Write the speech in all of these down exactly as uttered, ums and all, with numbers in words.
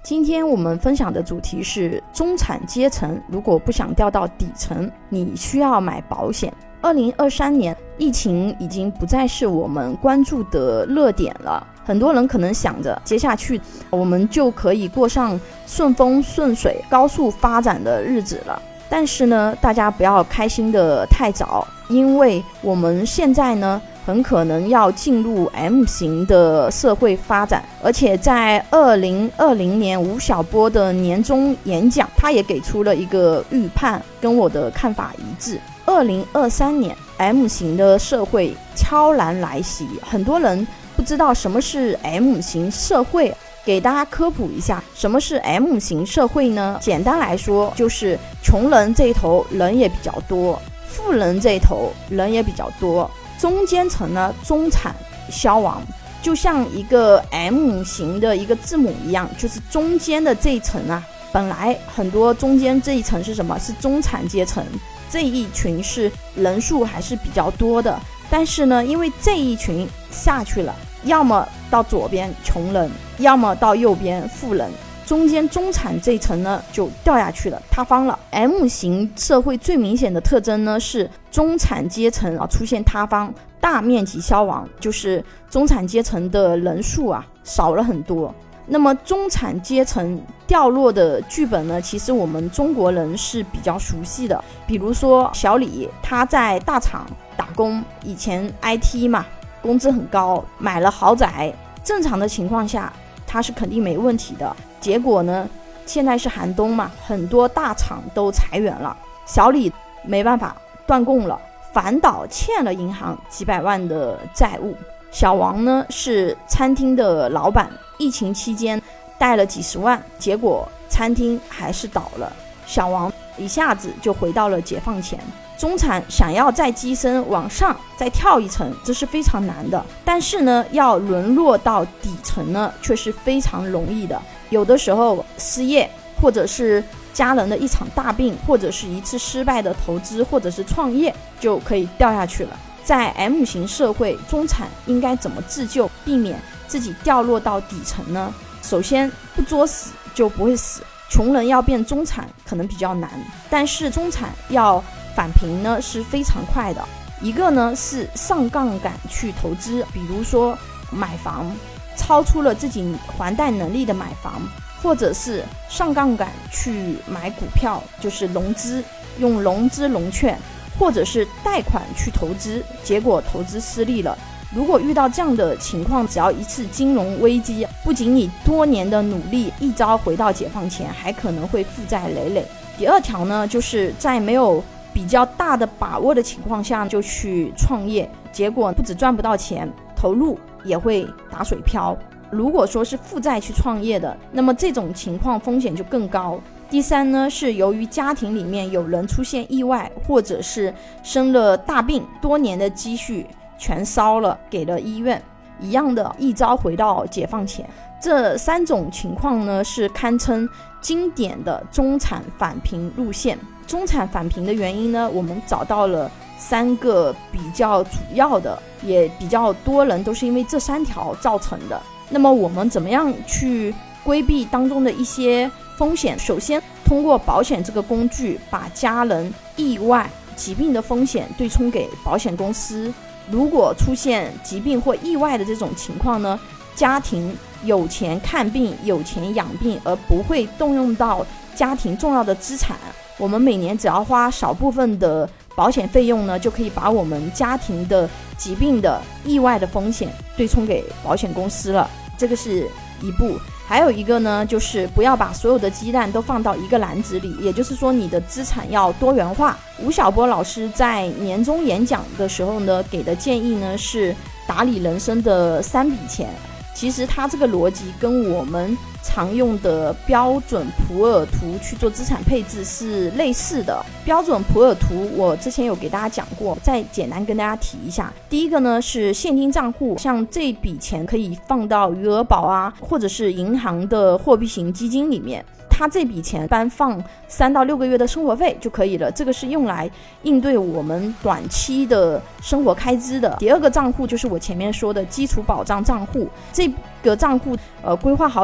今天我们分享的主题是中产阶层如果不想掉到底层，你需要买保险。二零二三年，疫情已经不再是我们关注的热点了。很多人可能想着接下去我们就可以过上顺风顺水、高速发展的日子了。但是呢，大家不要开心的太早，因为我们现在呢很可能要进入 M 型的社会发展。而且在二零二零年吴晓波的年终演讲，他也给出了一个预判，跟我的看法一致。二零二三年 M 型的社会悄然来袭，很多人不知道什么是 M 型社会，给大家科普一下，什么是 M 型社会呢？简单来说，就是穷人这一头人也比较多，富人这一头人也比较多，中间层呢中产消亡，就像一个 M 型的一个字母一样，就是中间的这一层啊，本来很多中间这一层是什么？是中产阶层，这一群是人数还是比较多的，但是呢，因为这一群下去了，要么到左边穷人，要么到右边富人，中间中产这一层呢就掉下去了，塌方了。 M 型社会最明显的特征呢是中产阶层啊出现塌方，大面积消亡，就是中产阶层的人数啊少了很多。那么中产阶层掉落的剧本呢，其实我们中国人是比较熟悉的。比如说小李，他在大厂打工，以前 I T 嘛，工资很高，买了豪宅，正常的情况下他是肯定没问题的。结果呢，现在是寒冬嘛，很多大厂都裁员了，小李没办法断供了，反倒欠了银行几百万的债务。小王呢是餐厅的老板，疫情期间贷了几十万，结果餐厅还是倒了，小王一下子就回到了解放前。中产想要再跻身往上再跳一层，这是非常难的，但是呢要沦落到底层呢却是非常容易的。有的时候失业，或者是家人的一场大病，或者是一次失败的投资，或者是创业，就可以掉下去了。在 M 型社会，中产应该怎么自救，避免自己掉落到底层呢？首先，不作死就不会死。穷人要变中产可能比较难，但是中产要返贫呢是非常快的。一个呢是上杠杆去投资，比如说买房，超出了自己还贷能力的买房，或者是上杠杆去买股票，就是融资，用融资融券，或者是贷款去投资，结果投资失利了。如果遇到这样的情况，只要一次金融危机，不仅你多年的努力一朝回到解放前，还可能会负债累累。第二条呢，就是在没有比较大的把握的情况下就去创业，结果不止赚不到钱，投入也会打水漂。如果说是负债去创业的，那么这种情况风险就更高。第三呢，是由于家庭里面有人出现意外，或者是生了大病，多年的积蓄全烧了，给了医院，一样的一朝回到解放前。这三种情况呢，是堪称经典的中产返贫路线。中产返贫的原因呢，我们找到了三个比较主要的，也比较多人都是因为这三条造成的。那么我们怎么样去规避当中的一些风险？首先，通过保险这个工具，把家人意外疾病的风险对冲给保险公司。如果出现疾病或意外的这种情况呢，家庭有钱看病，有钱养病，而不会动用到家庭重要的资产。我们每年只要花少部分的保险费用呢，就可以把我们家庭的疾病的意外的风险对冲给保险公司了。这个是一步。还有一个呢，就是不要把所有的鸡蛋都放到一个篮子里，也就是说你的资产要多元化。吴晓波老师在年终演讲的时候呢，给的建议呢是打理人生的三笔钱。其实他这个逻辑跟我们常用的标准普尔图去做资产配置是类似的。标准普尔图我之前有给大家讲过，再简单跟大家提一下。第一个呢是现金账户，像这笔钱可以放到余额宝啊，或者是银行的货币型基金里面。他这笔钱单放三到六个月的生活费就可以了，这个是用来应对我们短期的生活开支的。第二个账户就是我前面说的基础保障账户，这个账户呃规划好以后呢，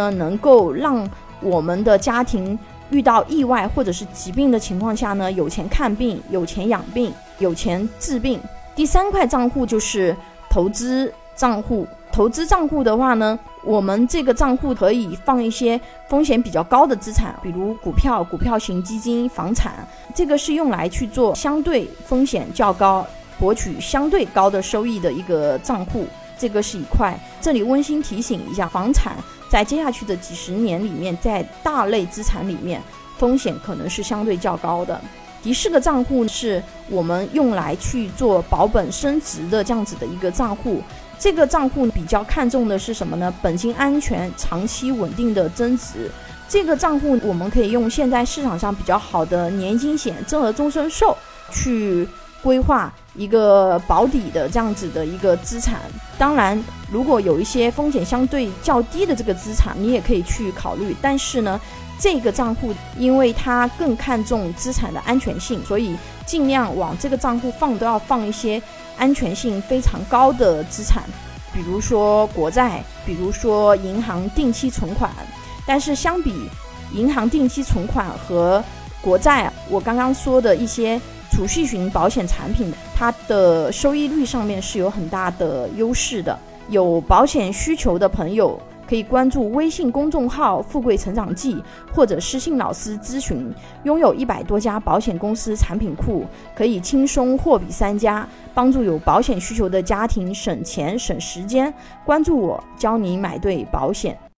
呢，能够让我们的家庭遇到意外或者是疾病的情况下呢，有钱看病，有钱养病，有钱治病。第三块账户就是投资账户。投资账户的话呢，我们这个账户可以放一些风险比较高的资产，比如股票、股票型基金、房产，这个是用来去做相对风险较高、博取相对高的收益的一个账户，这个是一块。这里温馨提醒一下，房产在接下去的几十年里面，在大类资产里面风险可能是相对较高的。第四个账户是我们用来去做保本升值的这样子的一个账户，这个账户比较看重的是什么呢？本金安全、长期稳定的增值。这个账户我们可以用现在市场上比较好的年金险、增额终身寿去规划一个保底的这样子的一个资产。当然如果有一些风险相对较低的这个资产你也可以去考虑，但是呢这个账户因为它更看重资产的安全性，所以尽量往这个账户放都要放一些安全性非常高的资产，比如说国债，比如说银行定期存款。但是相比银行定期存款和国债，我刚刚说的一些储蓄型保险产品，它的收益率上面是有很大的优势的。有保险需求的朋友可以关注微信公众号富贵成长记，或者私信老师咨询。拥有一百多家保险公司产品库，可以轻松货比三家，帮助有保险需求的家庭省钱省时间。关注我，教你买对保险。